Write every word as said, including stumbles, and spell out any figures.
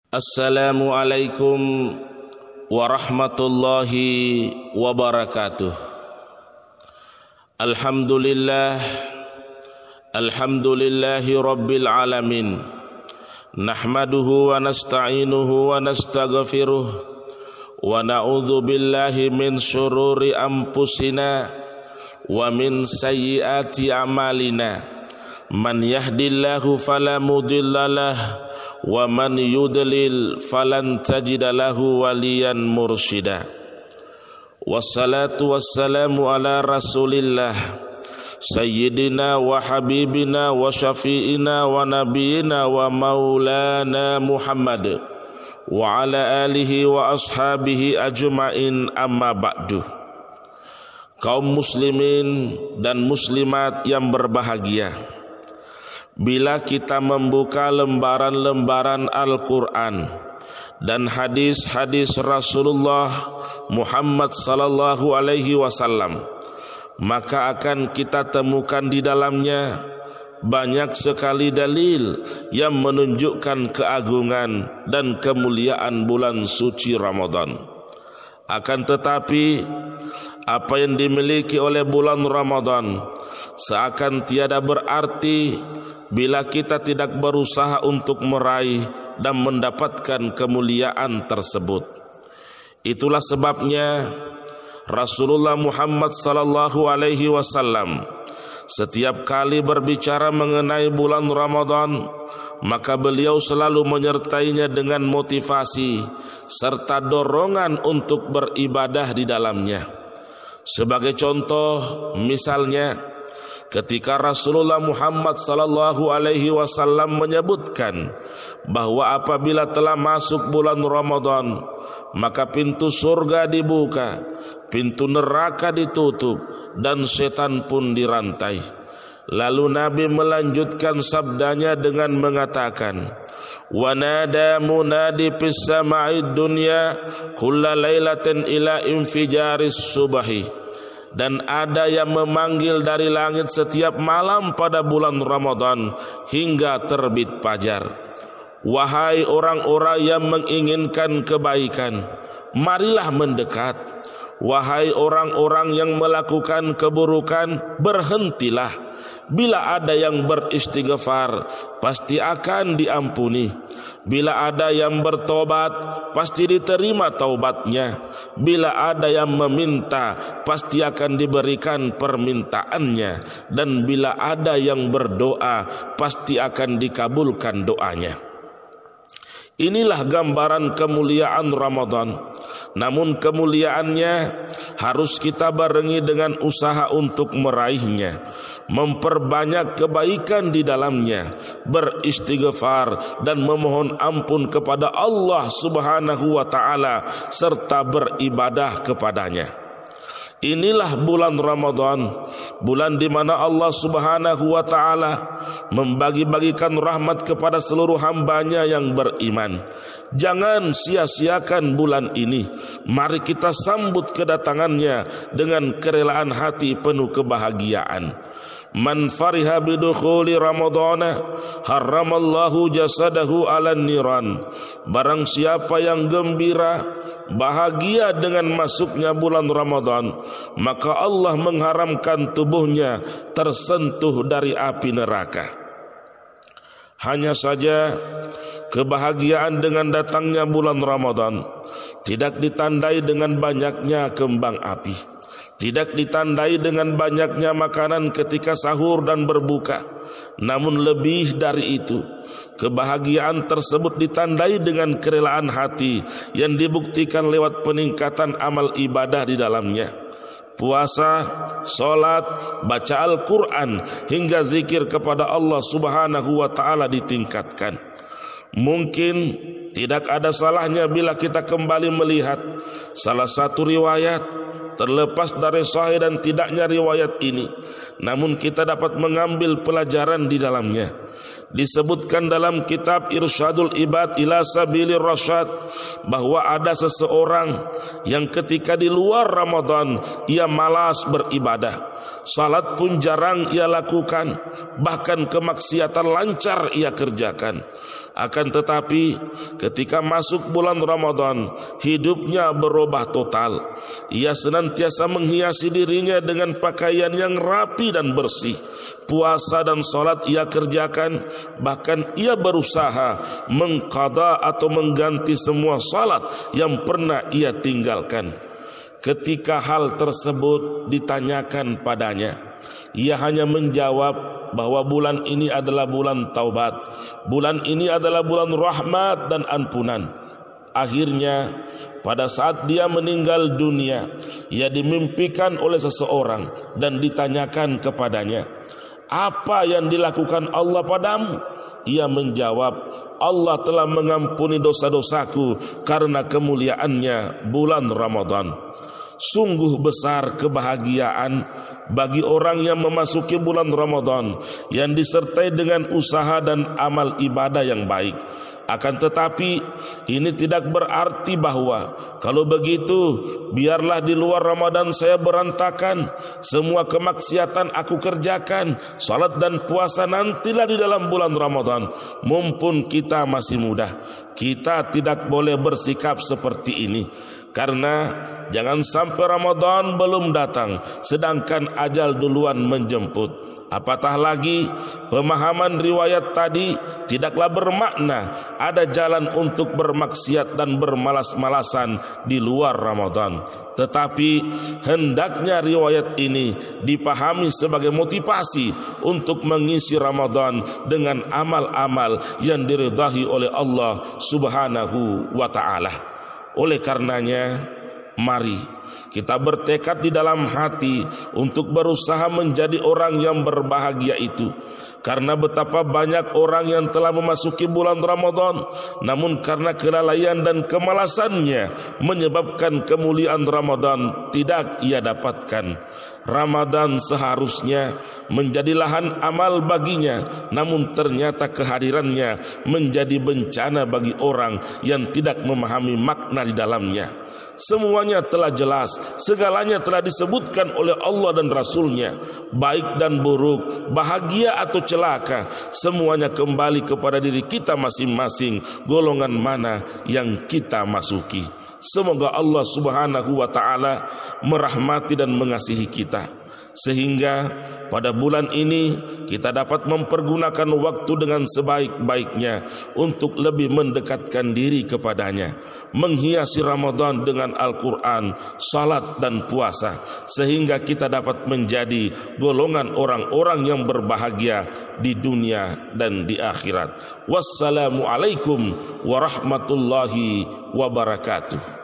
Assalamualaikum warahmatullahi wabarakatuh. Alhamdulillah, alhamdulillahi rabbil alamin. Nahmaduhu wa nasta'inuhu wa nastaghfiruh wa na'udzu billahi min syururi anfusina wa min sayyiati a'malina. Man yahdillahu fala mudhillalah wa man yudlil falan tajida lahu waliyan mursyida. Wassalatu wassalamu ala rasulillah sayyidina wa habibina wa syafi'ina wa nabiyina wa maulana Muhammad wa ala alihi wa ashabihi ajma'in, amma ba'du. Kaum muslimin dan muslimat yang berbahagia, bila kita membuka lembaran-lembaran Al-Quran dan hadis-hadis Rasulullah Muhammad sallallahu alaihi wasallam, maka akan kita temukan di dalamnya banyak sekali dalil yang menunjukkan keagungan dan kemuliaan bulan suci Ramadan. Akan tetapi apa yang dimiliki oleh bulan Ramadan seakan tiada berarti bila kita tidak berusaha untuk meraih dan mendapatkan kemuliaan tersebut. Itulah sebabnya Rasulullah Muhammad sallallahu alaihi wasallam setiap kali berbicara mengenai bulan Ramadan, maka beliau selalu menyertainya dengan motivasi serta dorongan untuk beribadah di dalamnya. Sebagai contoh, misalnya ketika Rasulullah Muhammad sallallahu alaihi wasallam menyebutkan bahwa apabila telah masuk bulan Ramadan, maka pintu surga dibuka, pintu neraka ditutup, dan setan pun dirantai. Lalu Nabi melanjutkan sabdanya dengan mengatakan, wa nada munadi fis sama'id dunya kulla lailatin ila infijaris subahi. Dan ada yang memanggil dari langit setiap malam pada bulan Ramadan hingga terbit fajar. Wahai orang-orang yang menginginkan kebaikan, marilah mendekat. Wahai orang-orang yang melakukan keburukan, berhentilah. Bila ada yang beristighfar, pasti akan diampuni. Bila ada yang bertobat, pasti diterima taubatnya. Bila ada yang meminta, pasti akan diberikan permintaannya. Dan bila ada yang berdoa, pasti akan dikabulkan doanya. Inilah gambaran kemuliaan Ramadan. Namun kemuliaannya harus kita barengi dengan usaha untuk meraihnya, memperbanyak kebaikan di dalamnya, beristighfar dan memohon ampun kepada Allah Subhanahu wa taala serta beribadah kepadanya. Inilah bulan Ramadan, bulan di mana Allah Subhanahu wa taala membagi-bagikan rahmat kepada seluruh hambanya yang beriman. Jangan sia-siakan bulan ini. Mari kita sambut kedatangannya dengan kerelaan hati penuh kebahagiaan. Man fariha bidukhuli ramadana haramallahu jasadahu ala niran. Barang siapa yang gembira, bahagia dengan masuknya bulan Ramadan, maka Allah mengharamkan tubuhnya tersentuh dari api neraka. Hanya saja kebahagiaan dengan datangnya bulan Ramadan tidak ditandai dengan banyaknya kembang api, tidak ditandai dengan banyaknya makanan ketika sahur dan berbuka. Namun lebih dari itu, kebahagiaan tersebut ditandai dengan kerelaan hati yang dibuktikan lewat peningkatan amal ibadah di dalamnya. Puasa, salat, baca Al-Quran hingga zikir kepada Allah Subhanahu wa ta'ala ditingkatkan. Mungkin tidak ada salahnya bila kita kembali melihat salah satu riwayat, terlepas dari sahih dan tidaknya riwayat ini, namun kita dapat mengambil pelajaran di dalamnya. Disebutkan dalam kitab Irsyadul Ibad ila Sabilir Rasyad bahwa ada seseorang yang ketika di luar Ramadan ia malas beribadah, Salat pun jarang ia lakukan, bahkan kemaksiatan lancar ia kerjakan. Akan tetapi ketika masuk bulan Ramadan, hidupnya berubah total. Ia senantiasa menghiasi dirinya dengan pakaian yang rapi dan bersih. Puasa dan salat ia kerjakan, bahkan ia berusaha mengqada atau mengganti semua salat yang pernah ia tinggalkan. Ketika hal tersebut ditanyakan padanya, ia hanya menjawab bahwa bulan ini adalah bulan taubat, bulan ini adalah bulan rahmat dan ampunan. Akhirnya pada saat dia meninggal dunia, ia dimimpikan oleh seseorang dan ditanyakan kepadanya, apa yang dilakukan Allah padamu? Ia menjawab, Allah telah mengampuni dosa-dosaku karena kemuliaannya bulan Ramadan. Sungguh besar kebahagiaan bagi orang yang memasuki bulan Ramadan yang disertai dengan usaha dan amal ibadah yang baik. Akan tetapi ini tidak berarti bahwa kalau begitu biarlah di luar Ramadan saya berantakan, semua kemaksiatan aku kerjakan, salat dan puasa nantilah di dalam bulan Ramadan. Mumpun kita masih muda, kita tidak boleh bersikap seperti ini. Karena jangan sampai Ramadan belum datang sedangkan ajal duluan menjemput. Apatah lagi pemahaman riwayat tadi tidaklah bermakna ada jalan untuk bermaksiat dan bermalas-malasan di luar Ramadan. Tetapi hendaknya riwayat ini dipahami sebagai motivasi untuk mengisi Ramadan dengan amal-amal yang diridhai oleh Allah Subhanahu wa ta'ala. Oleh karenanya, mari kita bertekad di dalam hati untuk berusaha menjadi orang yang berbahagia itu. Karena betapa banyak orang yang telah memasuki bulan Ramadan, namun karena kelalaian dan kemalasannya menyebabkan kemuliaan Ramadan tidak ia dapatkan. Ramadan seharusnya menjadi lahan amal baginya, namun ternyata kehadirannya menjadi bencana bagi orang yang tidak memahami makna di dalamnya. Semuanya telah jelas, segalanya telah disebutkan oleh Allah dan Rasulnya. Baik dan buruk, bahagia atau celaka, semuanya kembali kepada diri kita masing-masing, golongan mana yang kita masuki. Semoga Allah Subhanahu wa ta'ala merahmati dan mengasihi kita, sehingga pada bulan ini kita dapat mempergunakan waktu dengan sebaik-baiknya untuk lebih mendekatkan diri kepadanya, menghiasi Ramadan dengan Al-Quran, salat dan puasa, sehingga kita dapat menjadi golongan orang-orang yang berbahagia di dunia dan di akhirat. Wassalamualaikum warahmatullahi wabarakatuh.